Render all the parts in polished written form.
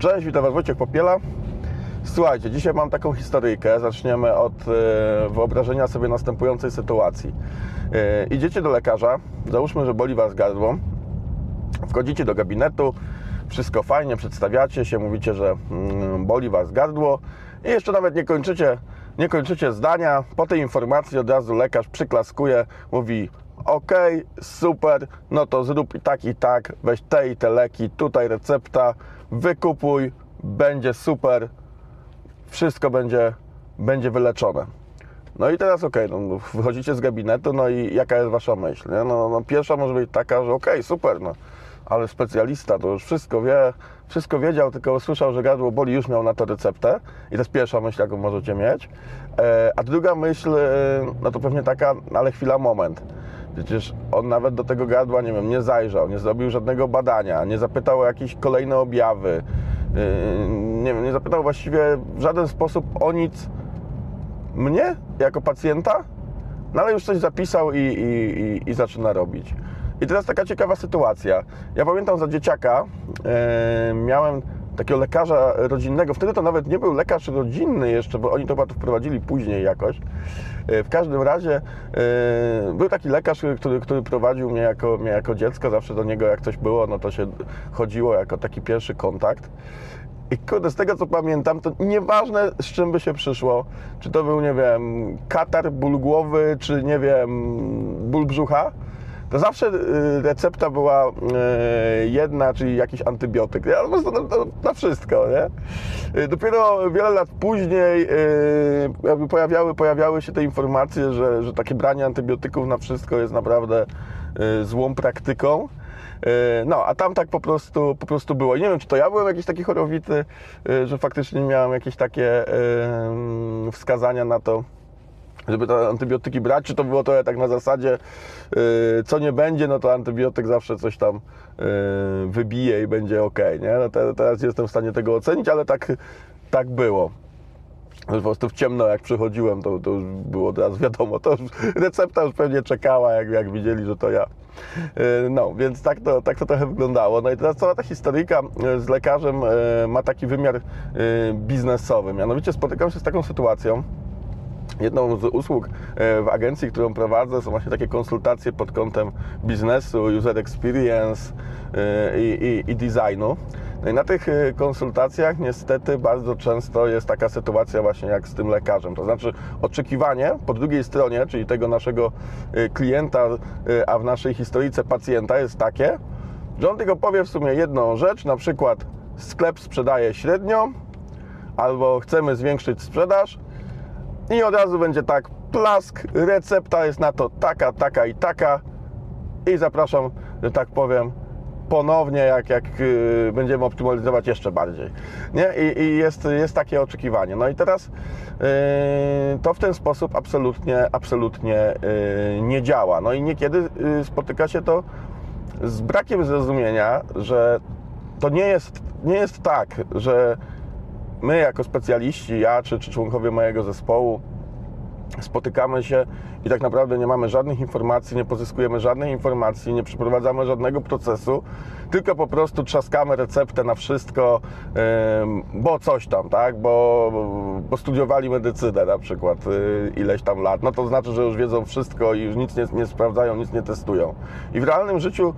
Cześć, witam Was, Wojciech Popiela. Słuchajcie, dzisiaj mam taką historyjkę. Zaczniemy od wyobrażenia sobie następującej sytuacji. Idziecie do lekarza, załóżmy, że boli Was gardło. Wchodzicie do gabinetu, wszystko fajnie, przedstawiacie się, mówicie, że boli Was gardło i jeszcze nawet nie kończycie zdania. Po tej informacji od razu lekarz przyklaskuje, mówi: OK, super, no to zrób i tak, weź te i te leki, tutaj recepta, wykupuj, będzie super, wszystko będzie wyleczone. No i teraz OK, no, wychodzicie z gabinetu, no i jaka jest Wasza myśl? Nie? No, pierwsza może być taka, że OK, super, no, ale specjalista to już wszystko wiedział, tylko usłyszał, że gardło boli, już miał na to receptę i to jest pierwsza myśl, jaką możecie mieć. A druga myśl, no to pewnie taka, ale chwila, moment. Przecież on nawet do tego gardła, nie wiem, nie zajrzał, nie zrobił żadnego badania, nie zapytał o jakieś kolejne objawy, nie wiem, nie zapytał właściwie w żaden sposób o nic mnie, jako pacjenta, no ale już coś zapisał i zaczyna robić. I teraz taka ciekawa sytuacja. Ja pamiętam, za dzieciaka miałem takiego lekarza rodzinnego, wtedy to nawet nie był lekarz rodzinny jeszcze, bo oni to chyba tu wprowadzili później jakoś. W każdym razie był taki lekarz, który prowadził mnie jako dziecko, zawsze do niego jak coś było, no to się chodziło jako taki pierwszy kontakt. I kurde, z tego co pamiętam, to nieważne z czym by się przyszło, czy to był, nie wiem, katar, ból głowy, czy nie wiem, ból brzucha, to zawsze recepta była jedna, czyli jakiś antybiotyk. Ja po prostu na wszystko, nie? Dopiero wiele lat później jakby pojawiały się te informacje, że takie branie antybiotyków na wszystko jest naprawdę złą praktyką. No, a tam tak po prostu było. I nie wiem, czy to ja byłem jakiś taki chorowity, że faktycznie miałem jakieś takie wskazania na to, żeby te antybiotyki brać, czy to było to tak na zasadzie, co nie będzie, no to antybiotyk zawsze coś tam wybije i będzie OK, nie? No teraz jestem w stanie tego ocenić, ale tak było. Po prostu w ciemno jak przychodziłem, to już było od razu wiadomo, to już recepta już pewnie czekała, jak widzieli, że to ja. No, więc tak to trochę wyglądało. No i teraz cała ta historyjka z lekarzem ma taki wymiar biznesowy. Mianowicie spotykam się z taką sytuacją. Jedną z usług w agencji, którą prowadzę, są właśnie takie konsultacje pod kątem biznesu, user experience i designu. No i na tych konsultacjach niestety bardzo często jest taka sytuacja właśnie jak z tym lekarzem. To znaczy oczekiwanie po drugiej stronie, czyli tego naszego klienta, a w naszej historyjce pacjenta jest takie, że on tylko powie w sumie jedną rzecz, na przykład sklep sprzedaje średnio, albo chcemy zwiększyć sprzedaż, i od razu będzie tak, plask, recepta jest na to taka i zapraszam, że tak powiem, ponownie, jak będziemy optymalizować jeszcze bardziej. Nie? I jest takie oczekiwanie. No i teraz to w ten sposób absolutnie nie działa. No i niekiedy spotyka się to z brakiem zrozumienia, że to nie jest tak, że my jako specjaliści, ja czy członkowie mojego zespołu spotykamy się i tak naprawdę nie mamy żadnych informacji, nie pozyskujemy żadnej informacji, nie przeprowadzamy żadnego procesu, tylko po prostu trzaskamy receptę na wszystko, bo coś tam, tak? Bo studiowali medycynę na przykład ileś tam lat, no to znaczy, że już wiedzą wszystko i już nic nie sprawdzają, nic nie testują. I w realnym życiu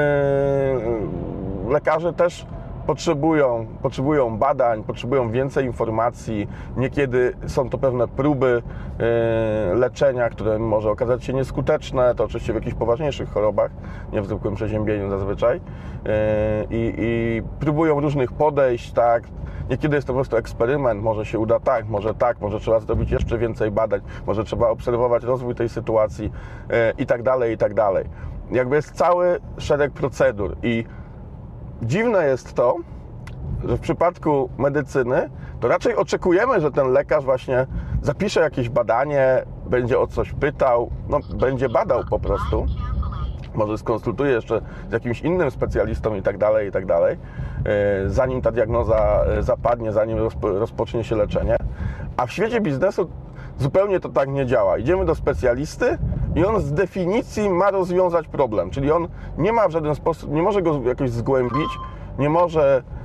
lekarze też potrzebują badań, potrzebują więcej informacji. Niekiedy są to pewne próby leczenia, które może okazać się nieskuteczne, to oczywiście w jakichś poważniejszych chorobach, nie w zwykłym przeziębieniu zazwyczaj. I próbują różnych podejść, tak. Niekiedy jest to po prostu eksperyment, może się uda tak, może trzeba zrobić jeszcze więcej badań, może trzeba obserwować rozwój tej sytuacji i tak dalej. Jakby jest cały szereg procedur i dziwne jest to, że w przypadku medycyny to raczej oczekujemy, że ten lekarz właśnie zapisze jakieś badanie, będzie o coś pytał, no będzie badał po prostu, może skonsultuje jeszcze z jakimś innym specjalistą i tak dalej, zanim ta diagnoza zapadnie, zanim rozpocznie się leczenie. A w świecie biznesu zupełnie to tak nie działa. Idziemy do specjalisty i on z definicji ma rozwiązać problem, czyli on nie ma w żaden sposób, nie może go jakoś zgłębić, nie może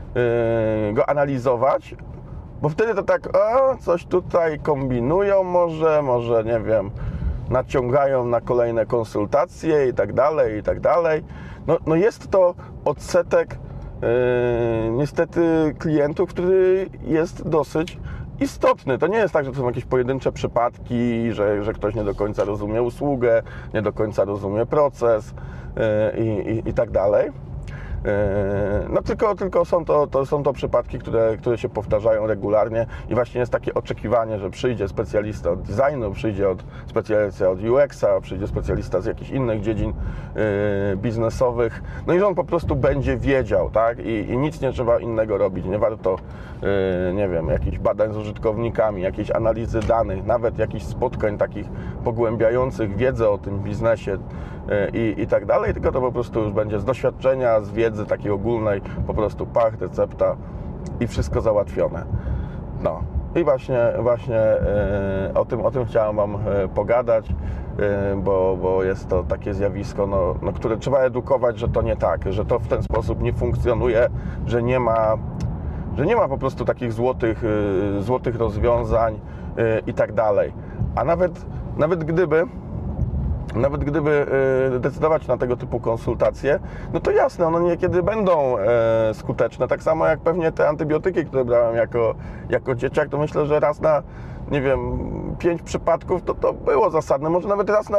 go analizować, bo wtedy to tak, coś tutaj kombinują, może nie wiem, naciągają na kolejne konsultacje i tak dalej, i tak dalej. No jest to odsetek niestety klientów, który jest dosyć istotny. To nie jest tak, że to są jakieś pojedyncze przypadki, że ktoś nie do końca rozumie usługę, nie do końca rozumie proces i tak dalej. No tylko są to przypadki, które się powtarzają regularnie i właśnie jest takie oczekiwanie, że przyjdzie specjalista od designu, przyjdzie specjalista od UX-a, przyjdzie specjalista z jakichś innych dziedzin biznesowych, no i że on po prostu będzie wiedział, tak? I nic nie trzeba innego robić, nie warto, nie wiem, jakichś badań z użytkownikami, jakiejś analizy danych, nawet jakichś spotkań takich pogłębiających wiedzę o tym biznesie i tak dalej, tylko to po prostu już będzie z doświadczenia, z wiedzy takiej ogólnej, po prostu pach, recepta i wszystko załatwione. No i właśnie o tym chciałem Wam pogadać, bo jest to takie zjawisko, które trzeba edukować, że to nie tak, że to w ten sposób nie funkcjonuje, że nie ma po prostu takich złotych rozwiązań i tak dalej. A nawet gdyby decydować na tego typu konsultacje, no to jasne, one niekiedy będą skuteczne. Tak samo jak pewnie te antybiotyki, które brałem jako dzieciak, to myślę, że raz na, nie wiem, 5 przypadków to było zasadne. Może nawet raz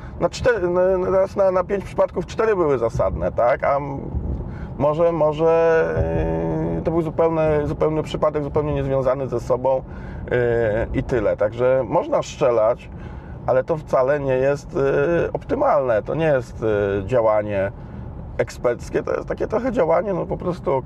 na 5 przypadków 4 były zasadne, tak? A może to był zupełny przypadek, zupełnie niezwiązany ze sobą i tyle. Także można strzelać, ale to wcale nie jest optymalne, to nie jest działanie eksperckie, to jest takie trochę działanie, no po prostu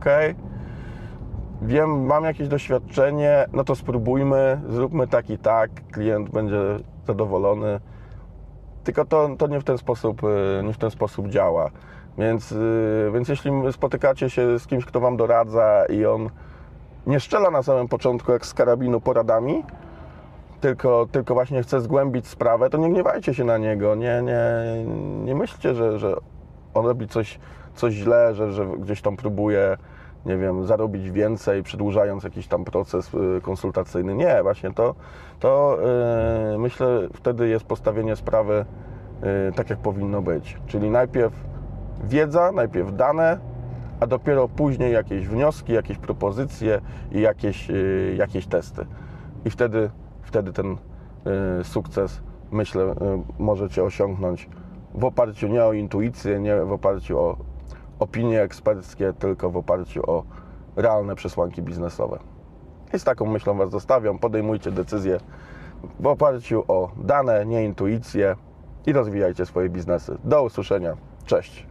wiem, mam jakieś doświadczenie, no to spróbujmy, zróbmy tak i tak, klient będzie zadowolony, tylko to nie w ten sposób działa. Więc jeśli spotykacie się z kimś, kto Wam doradza i on nie strzela na samym początku jak z karabinu poradami, tylko właśnie chce zgłębić sprawę, to nie gniewajcie się na niego, nie myślcie, że on robi coś źle, że gdzieś tam próbuje, nie wiem, zarobić więcej, przedłużając jakiś tam proces konsultacyjny. Nie, właśnie to myślę, wtedy jest postawienie sprawy tak, jak powinno być. Czyli najpierw wiedza, najpierw dane, a dopiero później jakieś wnioski, jakieś propozycje i jakieś testy. I wtedy ten sukces, myślę, możecie osiągnąć w oparciu nie o intuicję, nie w oparciu o opinie eksperckie, tylko w oparciu o realne przesłanki biznesowe. I z taką myślą Was zostawiam. Podejmujcie decyzje w oparciu o dane, nie intuicję i rozwijajcie swoje biznesy. Do usłyszenia. Cześć!